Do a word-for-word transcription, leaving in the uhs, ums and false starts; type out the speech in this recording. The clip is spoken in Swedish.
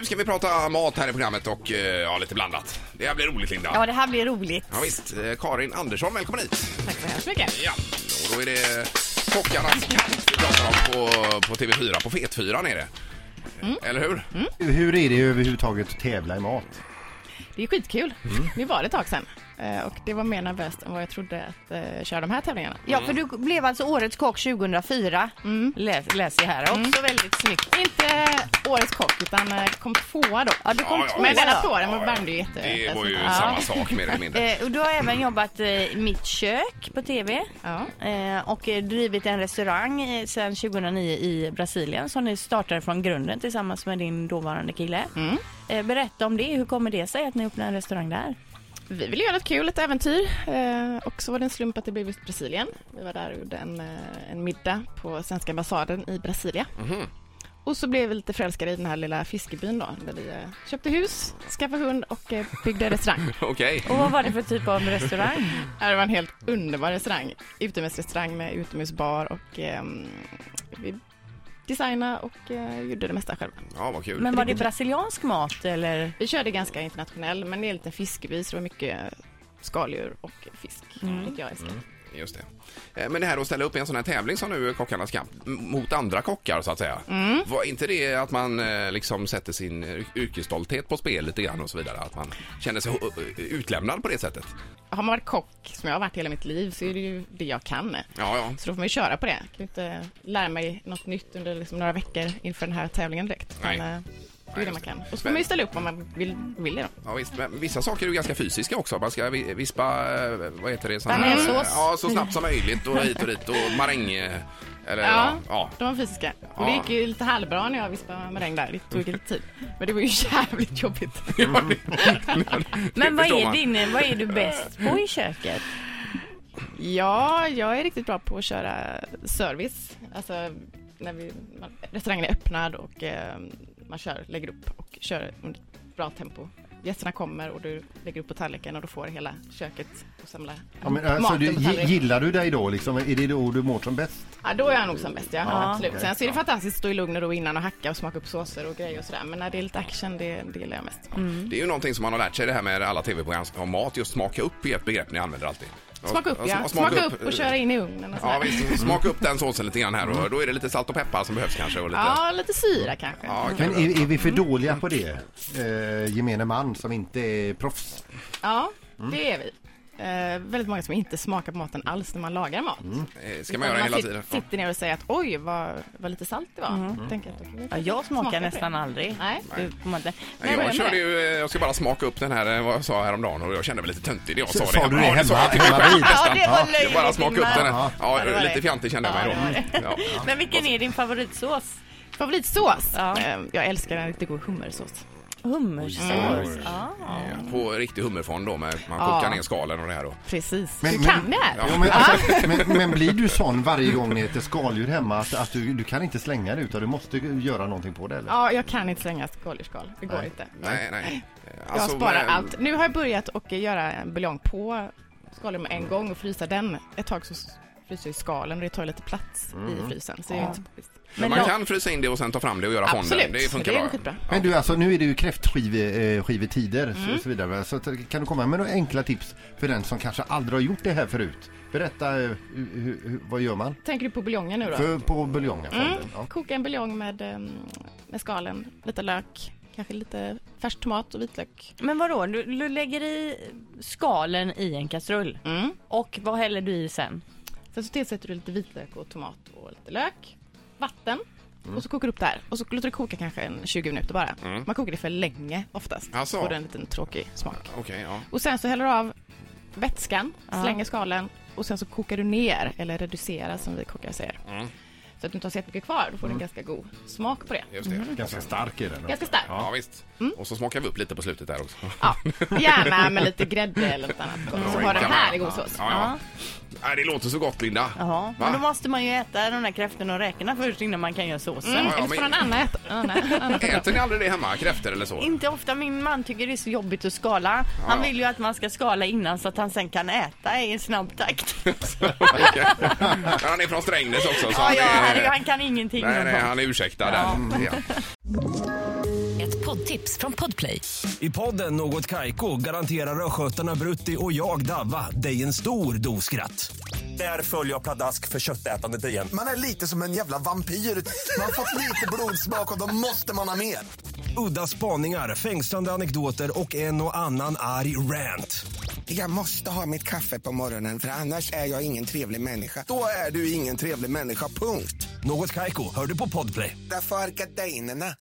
ska vi prata mat här i programmet och ja, lite blandat. Det här blir roligt, Linda. Ja, det här blir roligt. Ja visst, Karin Andersson, välkommen hit. Tack så hemskt mycket. Ja, och då är det Kockarnas kamp vi pratar om på, på T V fyra, på Fet fyra är det. Mm. Eller hur? Mm. Hur är det överhuvudtaget att tävla i mat? Det är skitkul. Mm. Det var det ett tag sedan. Och det var mer nervöst än vad jag trodde att uh, köra de här tävlingarna. Ja, för du blev alltså årets kock tjugohundrafyra. Mm. Läs, läser jag här också, mm. väldigt snyggt. Inte årets kock, utan uh, kom tvåa då. Ja, du kom ja, ja. tvåa. Men den applåden var band ju jätte... Det var ju ja. samma sak mer eller mindre. eh, och du har även jobbat i eh, Mitt kök på T V. Ja. Eh, och eh, drivit en restaurang eh, sedan tjugohundraniu i Brasilien som ni startade från grunden tillsammans med din dåvarande kille. Mm. Eh, berätta om det. Hur kommer det sig att ni öppnade en restaurang där? Vi ville göra ett kul, ett äventyr. Eh, och så var det en slump att det blev just Brasilien. Vi var där och gjorde en, en middag på svenska ambassaden i Brasilia. Mm-hmm. Och så blev vi lite förälskade i den här lilla fiskebyn då. Där vi eh, köpte hus, skaffade hund och eh, byggde restaurang. Okej. Och vad var det för typ av restaurang? Det var en helt underbar restaurang. Utomhusrestaurang med utomhusbar och eh, vi designa och eh, gjorde det mesta själv. Ja, vad kul. Men var det brasiliansk mat eller? Vi körde ganska internationell, men det är en liten fiskeby så det var mycket skaldjur och fisk. Mm. Vilket jag älskar. Mm. Just det. Men det här att ställa upp i en sån här tävling som nu är Kockarnas kamp mot andra kockar så att säga. Mm. Var inte det att man liksom sätter sin yrkesstolthet på spel lite grann och så vidare? Att man känner sig utlämnad på det sättet? Har man varit kock som jag har varit hela mitt liv så är det ju det jag kan. Ja, ja. Så då får man ju köra på det. Jag kan inte lära mig något nytt under liksom några veckor inför den här tävlingen direkt. Nej. Men, det är det man kan. Och så får man ju ställa upp om man vill, vill det då. Ja, visst. Men vissa saker är ju ganska fysiska också. Man ska vispa, vad heter det? Sån här, ja, så snabbt som möjligt och hit och dit och maräng. Eller, ja, ja, de var fysiska. Och ja. det gick ju lite halvbra när jag vispade maräng där. Det tog lite tid. Men det var ju jävligt jobbigt. Men vad är, din, vad är du bäst på i köket? Ja, jag är riktigt bra på att köra service. Alltså när vi, restaurangen är öppnad och eh, man kör, lägger upp och kör under bra tempo. Gästerna kommer och du lägger upp på tallriken och då får hela köket och samla ja, men, alltså, du, gillar du dig då? Liksom, är det då du mår som bäst? Ja, då är jag nog som bäst, ja. ja absolut. Okay. Sen så är det fantastiskt att stå i lugn och ro innan och hacka och smaka upp såser och grejer och sådär. Men när det är lite action, det, det gillar jag mest. Mm. Det är ju någonting som man har lärt sig det här med alla tv-program om mat, just smaka upp i ett begrepp ni använder alltid. Smaka upp, ja. Smaka, smaka upp och köra in i ugnen. Och ja, visst. Smaka upp den såsen lite grann här och då är det lite salt och peppar som behövs kanske. Och lite... Ja, lite syra kanske. Ja, men är, är vi för dåliga på det? Eh, gemene man som inte är proffs? Ja, mm. det är vi. Eh, väldigt många som inte smakar på maten alls när man lagar mat. Mm. Ska man göra man hela sit, tiden? Sitter ner och säger att oj, vad, vad lite salt det var. Mm. Tänker att ja, jag smakar nästan aldrig. Nej. Du, Nej, jag, jag körde ju, jag ska bara smaka upp den här, vad jag sa häromdagen och jag kände mig lite töntig det jag sa. Sa det du det hemma? Ja, hemma vid? Ja, det var löjligt. Jag bara smaka upp den här. Ja, ja, lite fjantig kände jag mig då. Ja. Men vilken är din favoritsås? Favoritsås? Ja. Jag älskar en riktigt god hummersås. Hummersås? Mm. Ah. Ja, på riktig hummerfond då, med, man kokar ja. ner skalen och det här då. Precis, men, du men, kan det här. Ja, men, alltså, men, men blir du sån varje gång ni äter skaldjur hemma att, att du, du kan inte slänga det utan du måste göra någonting på det? Eller? Ja, jag kan inte slänga skaldjursskal. Det går nej. inte. Nej, nej. Jag alltså, sparar men... allt. Nu har jag börjat och göra en buljong på skaldjur med en gång och frysa den. Ett tag så fryser ju skalen och det tar lite plats mm. i frysen. Så ja. det är inte så påvisst. Men man då... kan frysa in det och sen ta fram det och göra absolut. fonden. Det funkar det är bra. Men du, alltså, nu är det ju kräftskivetider mm. så, så vidare. Så kan du komma med några enkla tips för den som kanske aldrig har gjort det här förut? Berätta, hur, hur, vad gör man? Tänker du på buljongen nu då? För, på buljongen. Mm. Ja. Koka en buljong med, med skalen, lite lök, kanske lite färsk tomat och vitlök. Men vadå? Du, du lägger i skalen i en kastrull. Mm. Och vad häller du i sen? Sen så tillsätter du lite vitlök och tomat och lite lök. Vatten. Mm. Och så kokar du upp det här. Och så låter det koka kanske en tjugo minuter bara. Mm. Man kokar det för länge oftast. Alltså. Får det en liten tråkig smak. Okay, ja. Och sen så häller du av vätskan, ja. Slänger skalen. Och sen så kokar du ner, eller reducerar som vi kokar säger. Mm. Så att du inte har sett mycket kvar, då får du mm. en ganska god smak på det. Just det. Mm. Ganska stark är den. Ganska stark. Ja, ja visst. Mm. Och så smakar vi upp lite på slutet där också. Ja, gärna med lite grädde eller något annat. Mm. Så har den här i god sås. Ja, ja. Ja, det låter så gott, Linda. Jaha, men då måste man ju äta de där kräftorna och räkorna först innan man kan göra såsen. Mm, ja, ja, eller får någon annan äta. Annan, annan äter ni aldrig det hemma, kräftor eller så? Inte ofta, min man tycker det är så jobbigt att skala. Ja. Han vill ju att man ska skala innan så att han sen kan äta i en snabb takt. Okay. Han är från Strängnäs också. Så ja, han, ja, är, han, han kan ingenting. Nej, nej, han är ursäktad. Ja. Där. Ja. Ett poddtips från Podplay. I podden Något Kaiko garanterar östgötarna Brutti och jag Davva dig en stor dos skratt. Där följer jag pladask för köttätandet igen. Man är lite som en jävla vampyr. Man har fått lite blodsmak och då måste man ha mer. Udda spaningar, fängslande anekdoter och en och annan arg rant. Jag måste ha mitt kaffe på morgonen för annars är jag ingen trevlig människa. Då är du ingen trevlig människa, punkt. Något Kaiko, hör du på Podplay. Därför är gardinerna.